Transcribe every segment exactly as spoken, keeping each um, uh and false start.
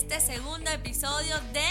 este segundo episodio de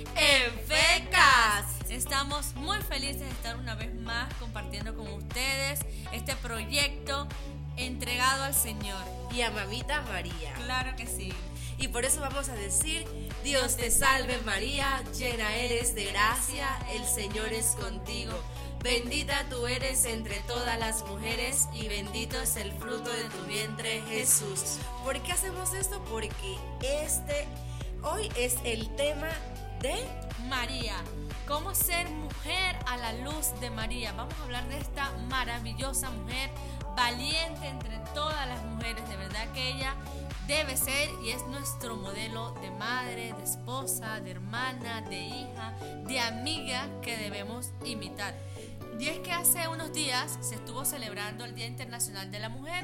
Enfecas. Estamos muy felices de estar una vez más compartiendo con ustedes este proyecto entregado al Señor y a Mamita María. Claro que sí. Y por eso vamos a decir: Dios te salve María, llena eres de gracia, el Señor es contigo. Bendita tú eres entre todas las mujeres y bendito es el fruto de tu vientre, Jesús. ¿Por qué hacemos esto? Porque este hoy es el tema de María. ¿Cómo ser mujer a la luz de María? Vamos a hablar de esta maravillosa mujer, valiente entre todas las mujeres. De verdad que ella debe ser y es nuestro modelo de madre, de esposa, de hermana, de hija, de amiga que debemos imitar. Y es que hace unos días se estuvo celebrando el Día Internacional de la Mujer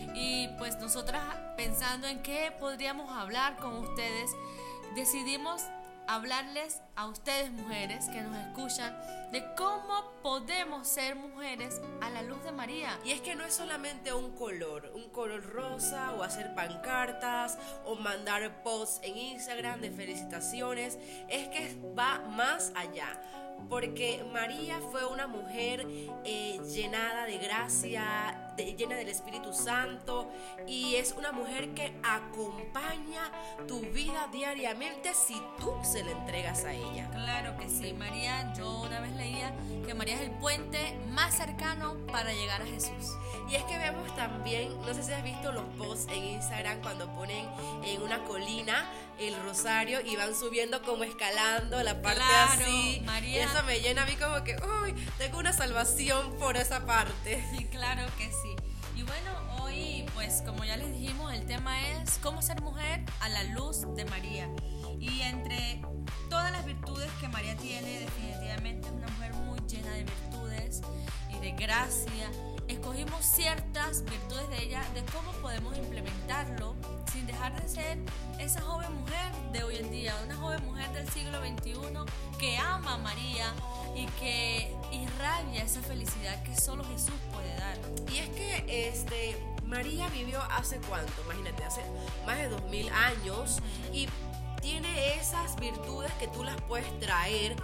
y pues nosotras, pensando en qué podríamos hablar con ustedes, decidimos hablarles a ustedes, mujeres que nos escuchan, de cómo podemos ser mujeres a la luz de María. Y es que no es solamente un color, un color rosa, o hacer pancartas o mandar posts en Instagram de felicitaciones. Es que va más allá, porque María fue una mujer eh, llenada de gracia, de, llena del Espíritu Santo, y es una mujer que acompaña tu vida diariamente si tú se la entregas a ella. Claro que sí, María, yo una vez leía que María es el puente más cercano para llegar a Jesús. Y es que vemos también, no sé si has visto los posts en Instagram cuando ponen en una colina el rosario y van subiendo como escalando la parte claro, así. María. Y eso me llena a mí como que, uy, tengo una salvación por esa parte. Sí, claro que sí. Y bueno, hoy pues como ya les dijimos, el tema es cómo ser mujer a la luz de María. Y entre todas las virtudes que María tiene, definitivamente es una mujer muy llena de virtudes y de gracia. Escogimos ciertas virtudes de ella, de cómo podemos implementarlo sin dejar de ser esa joven mujer de hoy en día, una joven mujer del siglo veintiuno que ama a María y que irradia esa felicidad que solo Jesús puede dar. Y es que este María vivió hace cuánto, imagínate, hace más de dos mil años, y tiene esas virtudes que tú las puedes traer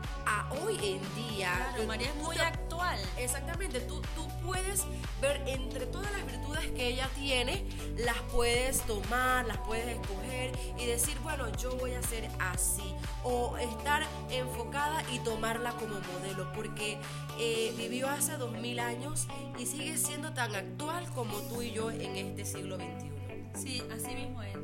a hoy en día. Claro, María es muy te, actual. Exactamente, tú, tú puedes ver entre todas las virtudes que ella tiene, las puedes tomar, las puedes escoger y decir, bueno, yo voy a ser así, o estar enfocada y tomarla como modelo, porque eh, vivió hace dos mil años y sigue siendo tan actual como tú y yo en este siglo veintiuno. Sí, así mismo es.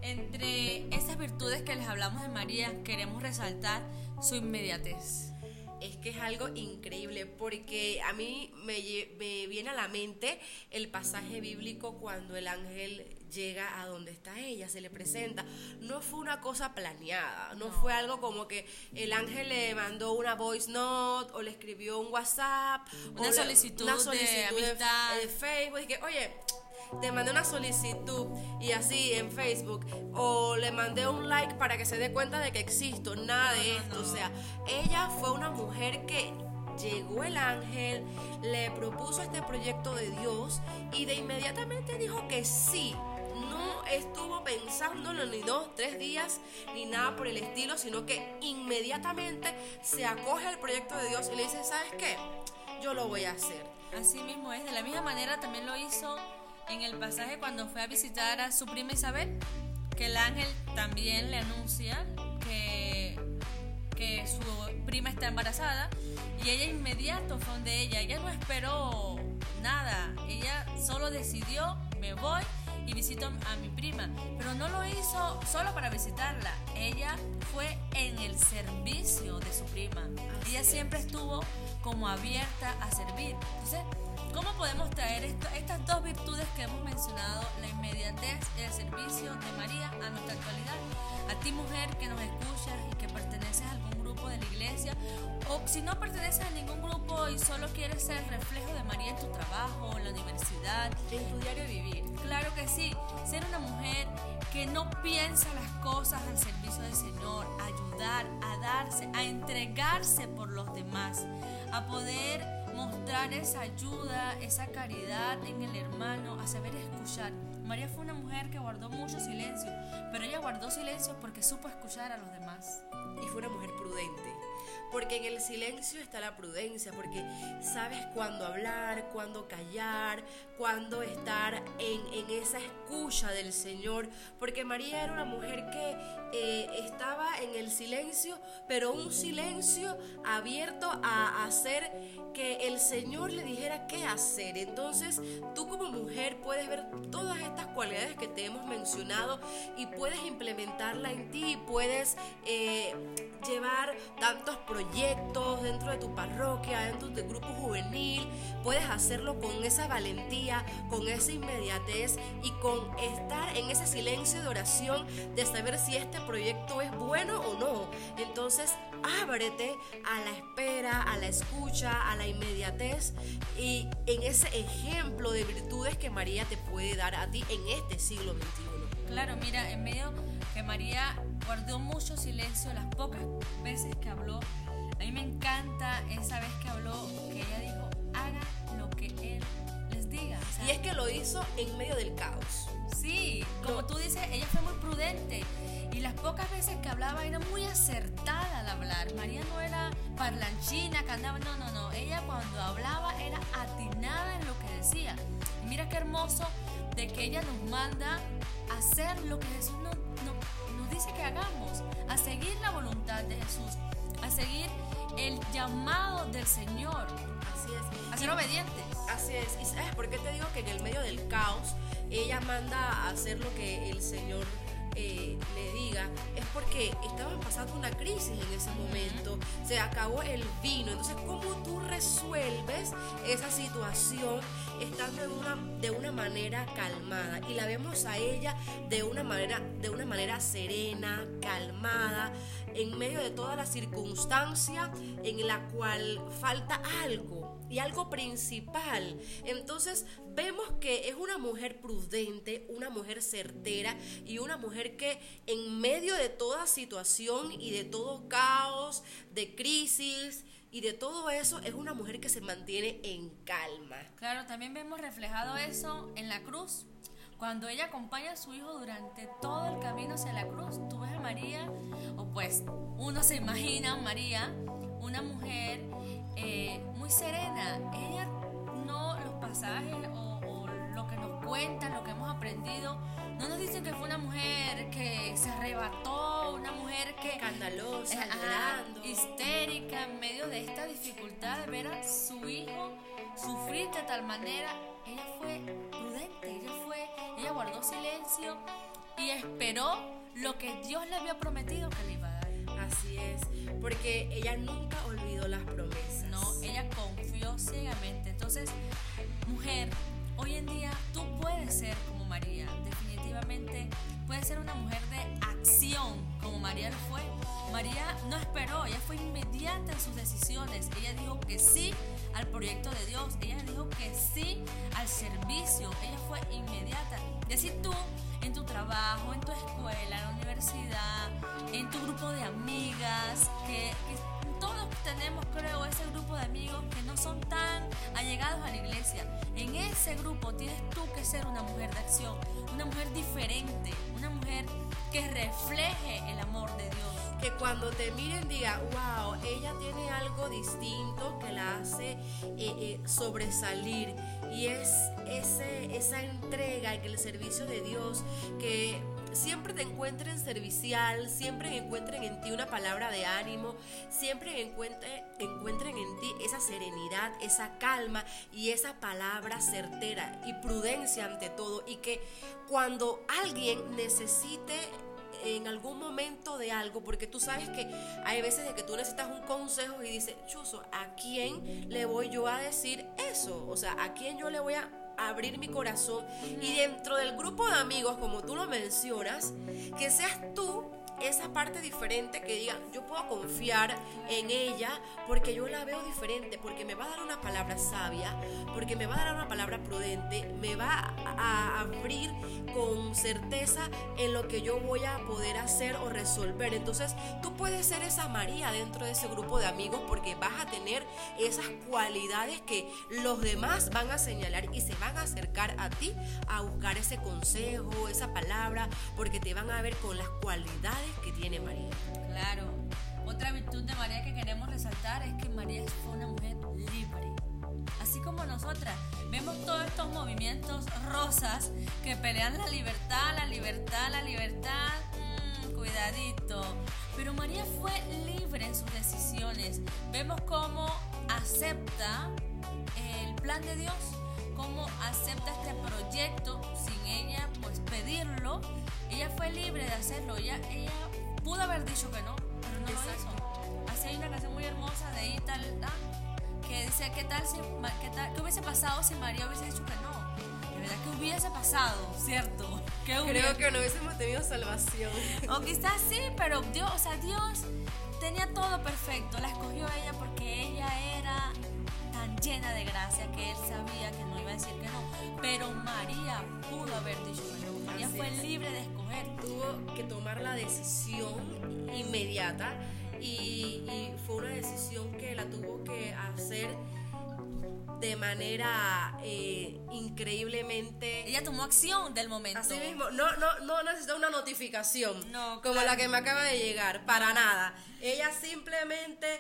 Entre esas virtudes que les hablamos de María, queremos resaltar su inmediatez. Es que es algo increíble, porque a mí me, me viene a la mente el pasaje bíblico cuando el ángel llega a donde está ella, se le presenta. No fue una cosa planeada, no, no fue algo como que el ángel le mandó una voice note o le escribió un WhatsApp, una, o solicitud, le, una solicitud de amistad de, de Facebook, y que oye, te mandé una solicitud y así en Facebook, o le mandé un like para que se dé cuenta de que existo. Nada de esto, no, no. O sea, ella fue una mujer que llegó el ángel, le propuso este proyecto de Dios y de inmediatamente dijo que sí. No estuvo pensándolo ni dos, tres días ni nada por el estilo, sino que inmediatamente se acoge al proyecto de Dios y le dice, ¿sabes qué? Yo lo voy a hacer. Así mismo es. De la misma manera también lo hizo en el pasaje cuando fue a visitar a su prima Isabel, que el ángel también le anuncia que, que su prima está embarazada, y ella inmediato fue donde ella, ella no esperó nada, ella solo decidió, me voy y visito a mi prima, pero no lo hizo solo para visitarla, ella fue en el servicio de su prima. Así ella es. Siempre estuvo como abierta a servir. Entonces, ¿cómo podemos traer esto, estas dos virtudes que hemos mencionado, la inmediatez y el servicio de María, a nuestra actualidad? A ti, mujer que nos escuchas y que perteneces a algún grupo de la iglesia, o si no perteneces a ningún grupo y solo quieres ser el reflejo de María en tu trabajo, en la universidad, en tu diario vivir. Claro que sí, ser una mujer que no piensa las cosas al servicio del Señor, a ayudar, a darse, a entregarse por los demás, a poder mostrar esa ayuda, esa caridad en el hermano, a saber escuchar. María fue una mujer que guardó mucho silencio, pero ella guardó silencio porque supo escuchar a los demás. Y fue una mujer prudente, porque en el silencio está la prudencia, porque sabes cuándo hablar, cuándo callar, cuándo estar en, en esa escucha del Señor, porque María era una mujer que eh, estaba en el silencio, pero un silencio abierto a hacer que el Señor le dijera qué hacer. Entonces tú como mujer puedes ver todas estas cualidades que te hemos mencionado y puedes implementarla en ti, puedes eh, llevar tantos proyectos dentro de tu parroquia, dentro de tu grupo juvenil, puedes hacerlo con esa valentía, con esa inmediatez y con estar en ese silencio de oración de saber si este proyecto es bueno o no. Entonces ábrete a la espera, a la escucha, a la inmediatez y en ese ejemplo de virtudes que María te puede dar a ti en este siglo veintiuno. Claro, mira, en medio que María guardó mucho silencio las pocas veces que habló, a mí me encanta esa vez que habló, que ella dijo, haga lo que Él les diga. O sea, y es que lo hizo en medio del caos. Sí, como tú dices, ella fue muy prudente y las pocas veces que hablaba era muy acertada al hablar. María no era parlanchina que andaba, no, no, no. Ella cuando hablaba era atinada en lo que decía. Y mira qué hermoso de que ella nos manda a hacer lo que Jesús nos, nos, nos dice que hagamos, a seguir la voluntad de Jesús, a seguir el llamado del Señor. Así es. A ser obedientes. Así es. ¿Y sabes por qué te digo que en el medio del caos ella manda a hacer lo que el Señor eh, le diga? Es porque estaban pasando una crisis en ese momento, se acabó el vino. Entonces, ¿cómo tú resuelves esa situación estando en una, de una manera calmada? Y la vemos a ella de una manera, de una manera serena, calmada, en medio de toda la circunstancia en la cual falta algo. Y algo principal. Entonces vemos que es una mujer prudente, una mujer certera y una mujer que en medio de toda situación y de todo caos, de crisis y de todo eso, es una mujer que se mantiene en calma. Claro, también vemos reflejado eso en la cruz. Cuando ella acompaña a su hijo durante todo el camino hacia la cruz, tú ves a María, o pues uno se imagina a María, una mujer eh, muy serena. Ella no, los pasajes o, o lo que nos cuentan, lo que hemos aprendido, no nos dicen que fue una mujer que se arrebató, una mujer que escandalosa, eh, llorando, histérica en medio de esta dificultad de ver a su hijo sufrir de tal manera. Ella fue prudente, ella fue, ella guardó silencio y esperó lo que Dios le había prometido que le iba a dar. Así es, porque ella nunca olvidó las promesas. No, ella confió ciegamente. Entonces, mujer, hoy en día tú puedes ser como María, definitivamente puedes ser una mujer de acción como María lo fue. María no esperó, ella fue inmediata en sus decisiones. Ella dijo que sí al proyecto de Dios, ella dijo que sí al servicio, ella fue inmediata. Y así tú, en tu trabajo, en tu escuela, en la universidad, en tu grupo de amigas, que, que todos tenemos, creo, ese grupo de amigos que no son tan allegados a la iglesia. En ese grupo tienes tú que ser una mujer de acción, una mujer diferente, una mujer que refleje el amor de Dios. Que cuando te miren diga, wow, ella tiene algo distinto que la hace eh, eh, sobresalir. Y es ese, esa entrega en el servicio de Dios, que siempre te encuentren servicial, siempre encuentren en ti una palabra de ánimo, siempre encuentren, encuentren en ti esa serenidad, esa calma y esa palabra certera y prudencia ante todo. Y que cuando alguien necesite en algún momento de algo, porque tú sabes que hay veces de que tú necesitas un consejo y dices, chuzo, ¿a quién le voy yo a decir eso? O sea, ¿a quién yo le voy a abrir mi corazón? Y dentro del grupo de amigos, como tú lo mencionas, que seas tú esa parte diferente que digan, yo puedo confiar en ella porque yo la veo diferente, porque me va a dar una palabra sabia, porque me va a dar una palabra prudente, me va a abrir con certeza en lo que yo voy a poder hacer o resolver. Entonces tú puedes ser esa María dentro de ese grupo de amigos, porque vas a tener esas cualidades que los demás van a señalar y se van a acercar a ti a buscar ese consejo, esa palabra, porque te van a ver con las cualidades que tiene María. Claro. Otra virtud de María que queremos resaltar es que María fue una mujer libre. Así como nosotras vemos todos estos movimientos rosas que pelean la libertad, la libertad, la libertad, mmm, cuidadito. Pero María fue libre en sus decisiones. Vemos cómo acepta el plan de Dios, cómo acepta este proyecto sin ella pues pedirlo. Ella fue libre de hacerlo. Ella, ella pudo haber dicho que no, pero no lo hizo. Así hay una canción muy hermosa de Ital que dice, ¿qué tal si, qué tal, qué hubiese pasado si María hubiese dicho que no? De verdad, ¿qué hubiese pasado? ¿Cierto? ¿Qué hubiese? Creo que no hubiésemos tenido salvación. O quizás sí, pero Dios, o sea, Dios tenía todo perfecto. La escogió a ella porque ella era tan llena de gracia que él sabía que no iba a decir que no. Pero María pudo haber dicho que no. María Así fue es. libre de escoger. Tuvo que tomar la decisión inmediata y, y fue una decisión que la tuvo que hacer de manera eh, increíblemente. Ella tomó acción del momento. Así mismo, no, no, no necesita una notificación No, como claro. la que me acaba de llegar, para nada. Ella simplemente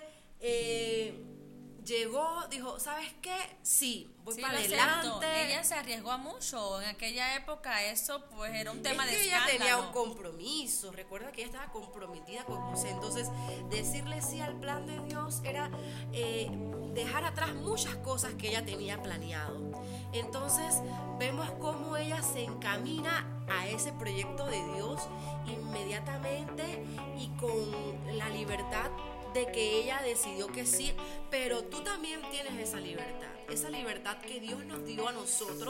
eh, llegó, dijo, ¿sabes qué? Sí, voy Sí, para lo acepto. adelante. Ella se arriesgó a mucho. En aquella época eso pues era un tema es que de ella escándalo. tenía un compromiso. Recuerda que ella estaba comprometida con José. Entonces, decirle sí al plan de Dios era eh, dejar atrás muchas cosas que ella tenía planeado. Entonces, vemos cómo ella se encamina a ese proyecto de Dios inmediatamente y con la libertad de que ella decidió que sí, pero tú también tienes esa libertad, esa libertad que Dios nos dio a nosotros,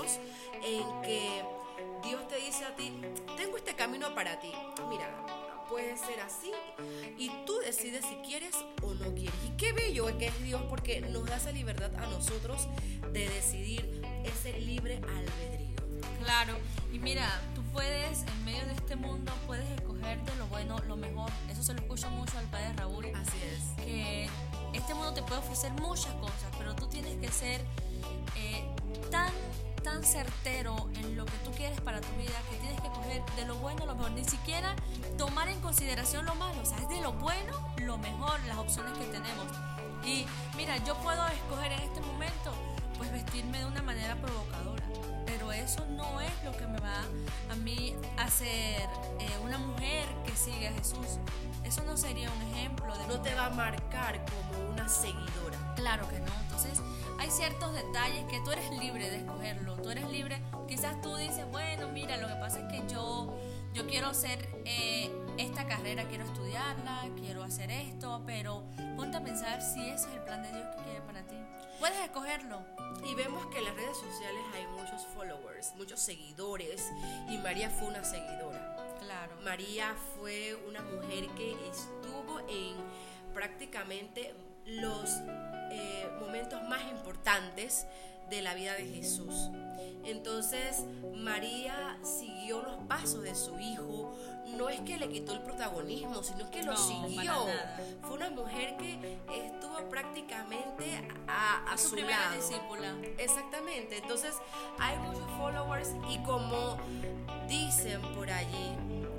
en que Dios te dice a ti, tengo este camino para ti, mira, puede ser así, y tú decides si quieres o no quieres. Y qué bello es que es Dios, porque nos da esa libertad a nosotros de decidir ese libre albedrío. Claro, y mira, tú puedes, en medio de este mundo, puedes escoger de lo bueno, lo mejor. Eso se lo escucho mucho al padre Raúl. Así es. Que este mundo te puede ofrecer muchas cosas, pero tú tienes que ser eh, tan, tan certero en lo que tú quieres para tu vida, que tienes que coger de lo bueno lo mejor. Ni siquiera tomar en consideración lo malo. O sea, es de lo bueno lo mejor, las opciones que tenemos. Y mira, yo puedo escoger en este momento pues vestirme de una manera provocadora, pero eso no es lo que me va a mí a hacer eh, una mujer que sigue a Jesús. Eso no sería un ejemplo de No te mujer. va a marcar como una seguidora. Claro que no. Entonces hay ciertos detalles que tú eres libre de escogerlo. Tú eres libre. Quizás tú dices, bueno, mira, lo que pasa es que yo yo quiero hacer eh, esta carrera, quiero estudiarla, quiero hacer esto, pero ponte a pensar si ese es el plan de Dios que quiere para ti. Puedes escogerlo. Y vemos que en las redes sociales hay muchos followers, muchos seguidores, y María fue una seguidora. Claro. María fue una mujer que estuvo en prácticamente los eh, momentos más importantes de la vida de Jesús. Entonces María siguió los pasos de su hijo. No es que le quitó el protagonismo, sino que lo No, siguió. para nada. Fue una mujer que estuvo prácticamente a, a Su su primera lado. discípula. Exactamente. Entonces hay muchos followers, y como dicen por allí,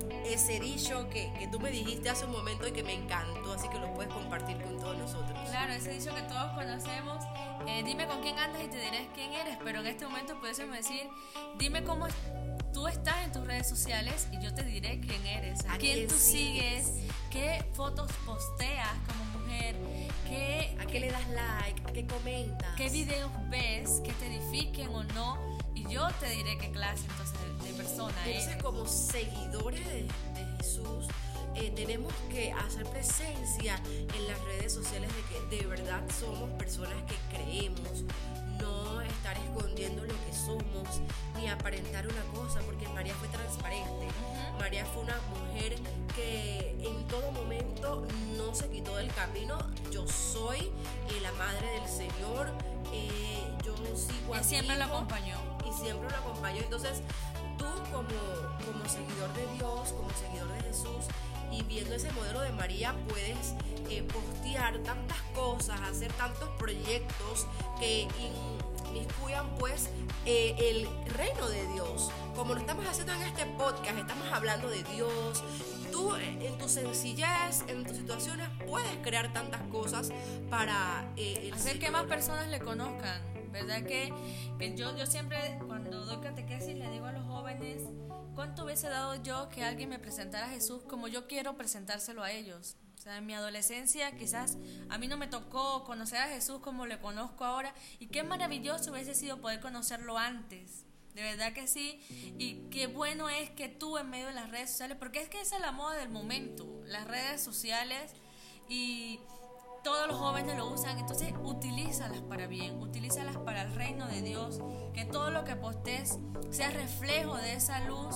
ese dicho que, que tú me dijiste hace un momento y que me encantó, así que lo puedes compartir con todos nosotros. Claro, ese dicho que todos conocemos, eh, dime con quién andas y te diré quién eres, pero en este momento pudiésemos decir, dime cómo es- tú estás en tus redes sociales y yo te diré quién eres, a, ¿A quién quién tú sigues, sigues? qué fotos posteas como mujer, qué, ¿A qué le das like? ¿A qué comentas? qué videos ves que te edifiquen o no, y yo te diré qué clase entonces de, de persona Entonces, eres. como seguidores de, de Jesús, eh, tenemos que hacer presencia en las redes sociales de que de verdad somos personas que creemos, no estar escondiendo lo que somos ni aparentar una cosa, porque María fue transparente. Uh-huh. María fue una mujer que en todo momento no se quitó del camino. Yo soy eh, la madre del Señor, eh, yo sigo a y siempre lo acompañó y siempre lo acompañó. Entonces tú como, como seguidor de Dios, como seguidor de Jesús, y viendo ese modelo de María, puedes eh, postear tantas cosas, hacer tantos proyectos que inmiscuyan pues eh, el reino de Dios. Como lo estamos haciendo en este podcast, estamos hablando de Dios. Tú en tu sencillez, en tus situaciones, puedes crear tantas cosas para eh, el hacer Señor. Que más personas le conozcan. ¿Verdad que, que yo, yo siempre cuando doy catequesis le digo a los jóvenes, ¿cuánto hubiese dado yo que alguien me presentara a Jesús como yo quiero presentárselo a ellos? O sea, en mi adolescencia quizás a mí no me tocó conocer a Jesús como le conozco ahora, y qué maravilloso hubiese sido poder conocerlo antes. De verdad que sí, y qué bueno es que tú en medio de las redes sociales, porque es que esa es la moda del momento, las redes sociales, y todos los jóvenes lo usan, entonces utilízalas para bien, utilízalas para el reino de Dios, que todo lo que postes sea reflejo de esa luz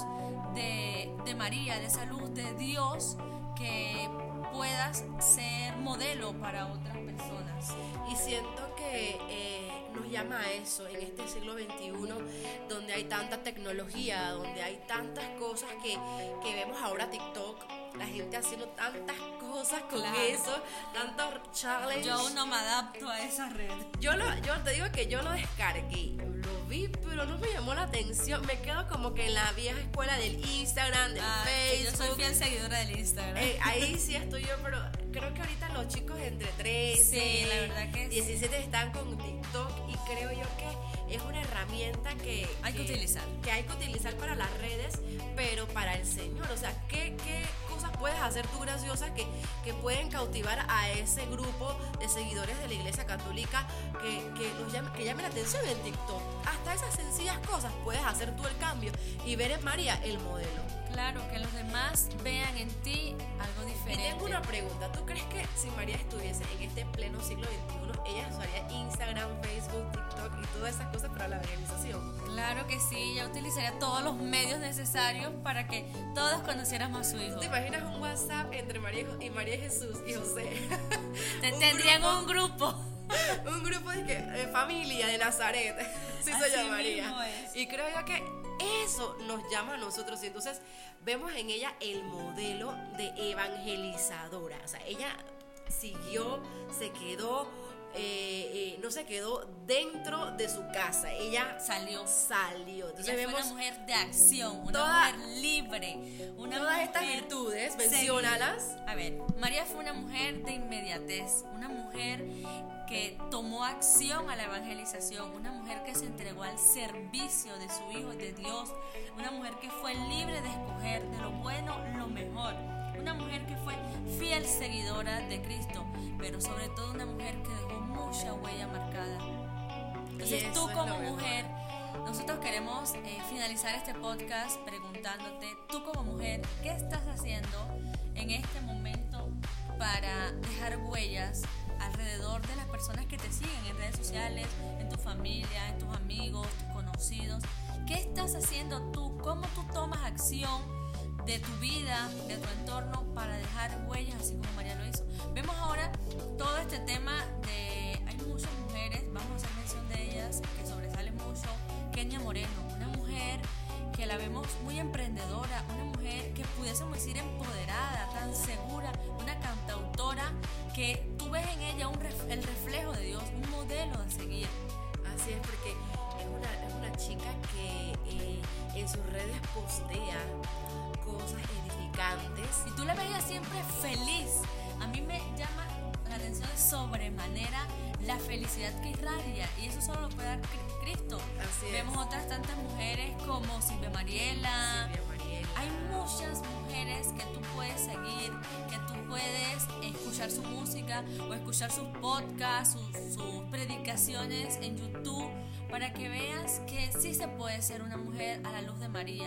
de, de María, de esa luz de Dios, que puedas ser modelo para otras personas. Y siento que eh, nos llama a eso en este siglo veintiuno, donde hay tanta tecnología, donde hay tantas cosas que, que vemos ahora, TikTok, la gente haciendo tantas cosas con claro. eso, tantos challenges. Yo aún no me adapto a esa red. Yo, lo, yo te digo que yo lo descargué, lo vi, pero no me llamó la atención. Me quedo como que en la vieja escuela del Instagram, del ah, Facebook. Yo soy fiel seguidora del Instagram. Eh, ahí sí estoy yo, pero creo que ahorita los chicos entre trece, sí, la verdad que diecisiete sí. están con TikTok, y creo yo que es una herramienta que hay que, que utilizar. Que hay que utilizar para las redes, pero para el Señor. O sea, ¿qué, qué cosas puedes hacer tú graciosas que, que pueden cautivar a ese grupo de seguidores de la Iglesia Católica que, que, los llame, que llame la atención en TikTok? Hasta esas sencillas cosas puedes hacer tú el cambio y ver en María el modelo. Claro, que los demás vean en ti algo diferente. Y tengo una pregunta, ¿tú crees que si María estuviese en este pleno siglo veintiuno, ella usaría Instagram, Facebook, TikTok y todas esas cosas para la evangelización? Claro que sí, ella utilizaría todos los medios necesarios para que todos conociéramos a su hijo. ¿Te imaginas un WhatsApp entre María y María Jesús y José? Te, un tendrían grupo, un grupo. Un grupo de que, eh, familia de Nazaret, sí se llamaría. Y creo yo que eso nos llama a nosotros, y entonces vemos en ella el modelo de evangelizadora. O sea, ella siguió, se quedó, eh, eh, no se quedó dentro de su casa, ella salió. Salió. Entonces ella vemos fue una mujer de acción, una toda, mujer libre. Una todas mujer estas virtudes, menciónalas. A ver, María fue una mujer de inmediatez, una mujer que tomó acción a la evangelización, una mujer que se entregó al servicio de su hijo, de Dios, una mujer que fue libre de escoger de lo bueno lo mejor, una mujer que fue fiel seguidora de Cristo, pero sobre todo una mujer que dejó mucha huella marcada. Entonces tú como mujer, nosotros queremos eh, finalizar este podcast preguntándote, tú como mujer, ¿qué estás haciendo en este momento para dejar huellas alrededor de las personas que te siguen en redes sociales, en tu familia, en tus amigos, tus conocidos? ¿Qué estás haciendo tú? ¿Cómo tú tomas acción de tu vida, de tu entorno, para dejar huellas así como María lo hizo? Vemos ahora todo este tema de... Hay muchas mujeres, vamos a hacer mención de ellas, que sobresalen mucho. Kenia Moreno, una mujer que la vemos muy emprendedora, una mujer que pudiésemos decir empoderada, tan segura, una cantautora que tú ves en ella un ref, el reflejo de Dios, un modelo a seguir. Así es, porque es una, es una chica que eh, en sus redes postea cosas edificantes. Y tú la veías siempre feliz. A mí me llama la atención de sobremanera la felicidad que irradia, y eso solo lo puede dar Cristo. Así Vemos es. otras tantas mujeres como Silvia Mariela. Silvia Mariela. Hay muchas mujeres que tú puedes seguir, que tú puedes escuchar su música o escuchar sus podcasts, sus, sus predicaciones en YouTube, para que veas que sí se puede ser una mujer a la luz de María,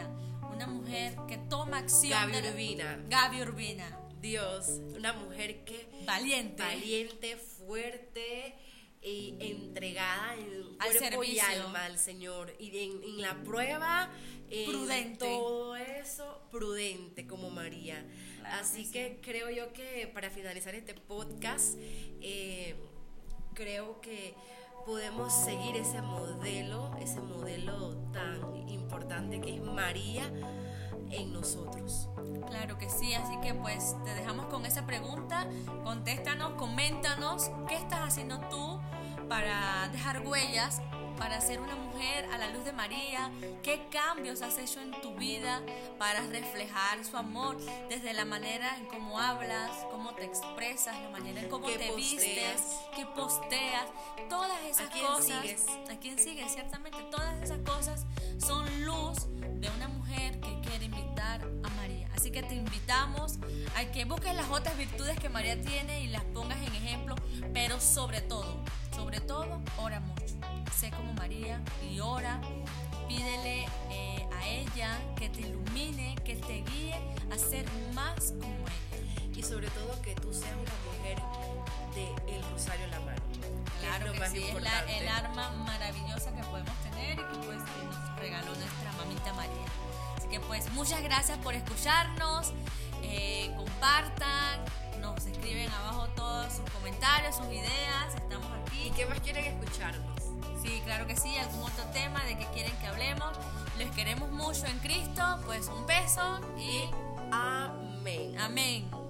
una mujer que toma acción. Gaby de Urbina. Gaby Urbina. Dios, una mujer que Valiente. Valiente, fuerte y entregada en Al cuerpo y servicio. alma al Señor. Y en, en la prueba, en Prudente. todo eso, prudente como María. Claro Así que que creo yo que para finalizar este podcast, eh, creo que podemos seguir ese modelo, ese modelo tan importante que es María en nosotros. Claro que sí, así que pues te dejamos con esa pregunta. Contéstanos, coméntanos qué estás haciendo tú para dejar huellas, para ser una mujer a la luz de María. ¿Qué cambios has hecho en tu vida para reflejar su amor desde la manera en cómo hablas, cómo te expresas, la manera en cómo ¿Qué te posteas? vistes, qué posteas? Todas esas ¿A quién cosas. sigues? ¿A quién sigues? Ciertamente, todas esas cosas son luz de una mujer que quiere invitar a María. Así que te invitamos a que busques las otras virtudes que María tiene y las pongas en ejemplo, pero sobre todo, sobre todo, ora mucho. Sé como María y ora, pídele eh, a ella que te ilumine, que te guíe a ser más como ella. Y sobre todo que tú seas una mujer de el rosario en la mano. Claro es lo que más sí, es la, importante. el arma maravillosa que podemos tener y que pues que nos regaló nuestra mamita María. Así que pues muchas gracias por escucharnos, eh, compartan, nos escriben abajo todos sus comentarios, sus ideas, estamos aquí. ¿Y qué más quieren escucharnos? Sí, claro que sí, algún otro tema de que quieren que hablemos. Les queremos mucho en Cristo, pues un beso y Amén. amén.